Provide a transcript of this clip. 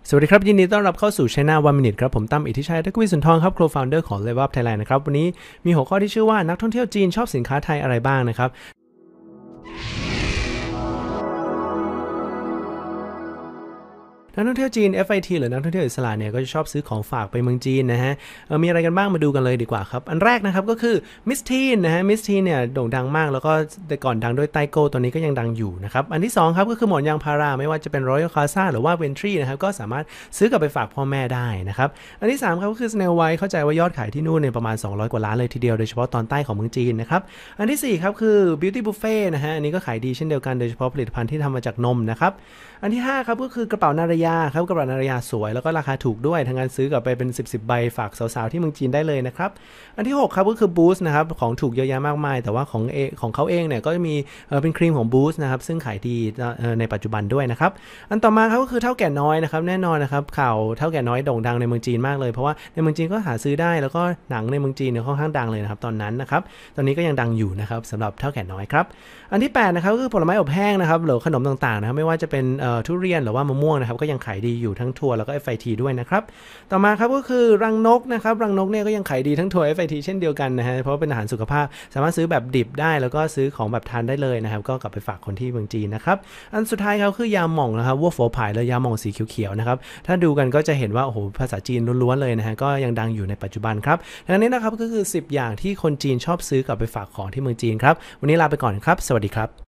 สวัสดีครับยินดีต้อนรับเข้าสู่ China One Minute ครับผมตั้มอิทธิชัยทักวิสุนทรครับ Co-founder ของ Level Up Thailand นะครับวันนี้มีหัวข้อที่ชื่อว่านักท่องเที่ยวจีนชอบสินค้าไทยอะไรบ้างนะครับนักท่องเที่ยวจีน FIT หรือนักท่องเที่ยวอิสระเนี่ยก็จะชอบซื้อของฝากไปเมืองจีนนะฮะมีอะไรกันบ้างมาดูกันเลยดีกว่าครับอันแรกนะครับก็คือมิสทีนนะฮะมิสทีนเนี่ยโด่งดังมากแล้วก็แต่ก่อนดังด้วยไตโก้ตอนนี้ก็ยังดังอยู่นะครับอันที่2ครับก็คือหมอนยางพาราไม่ว่าจะเป็น Royal Casa หรือว่า Ventry นะครับก็สามารถซื้อกลับไปฝากพ่อแม่ได้นะครับอันที่3ครับก็คือ Snail White เข้าใจว่ายอดขายที่นู่นเนี่ยประมาณ200กว่าล้านเลยทีเดียวโดยเฉพาะตอนใต้ของเมืองจีนนะครับอันที่4ครับคือ Beauty Buffet นะฮะอันนี้ก็ขายดีเช่นเดียวกันโดยเฉพาะผลิตภัณฑ์ที่ทำมาจากนมนะครับอันที่5ครับก็คือกระเป๋านารายาครับกระเป๋านารายาสวยแล้วก็ราคาถูกด้วยทางการซื้อกลับไปเป็น10ใบฝากสาวๆที่เมืองจีนได้เลยนะครับอันที่6ครับก็คือ Boost นะครับของถูกเยอะแยะมากมายแต่ว่าของเขาเองเนี่ยก็จะมีเป็นครีมของ Boost นะครับซึ่งขายดีในปัจจุบันด้วยนะครับอันต่อมาครับก็คือเท่าแก่น้อยนะครับแน่นอนนะครับข่าวเท่าแก่น้อยโด่งดังในเมืองจีนมากเลยเพราะว่าในเมืองจีนก็หาซื้อได้แล้วก็หนังในเมืองจีนเนี่ยค่อนข้างดังเลยนะครับตอนนั้นนะครับตอนนี้ก็ยังดังอยู่นะครับสำหรับเท่าแก่น้อยครับอันที่8นะครับก็คือผลไม้อบแห้งนะครับหรือขนมต่างๆนะครับไม่ว่าจะเป็นทุเรียนหรือว่ามะม่วงนะครับก็ยังขายดีอยู่ทั้งทัวร์แล้วก็ FIT ด้วยนะครับต่อมาครับก็คือรังนกนะครับรังนกเนี่ยก็ยังขายดีทั้งทัวร์ FIT เช่นเดียวกันนะฮะเพราะว่าเป็นอาหารสุขภาพสามารถซื้อแบบดิบได้แล้วก็ซื้อของแบบทานได้เลยนะครับก็กลับไปฝากคนที่เมืองจีนนะครับอันสุดท้ายครับคือยาหม่องนะครับวัวโฝผายและยาหม่องสีเขียวๆนะครับถ้าดูกันก็จะเห็นว่าโอ้โหภาษาจีนล้วนๆเลยนะฮะก็ยังดังอยู่ในปัจจุบันครับดังนี้นะครับก็คือ10อย่างที่คนจีนชอบซื้อกลับไปฝากของที่เมืองจีนครับวันนี้ลาไปก่อนครับสวัสดีครับ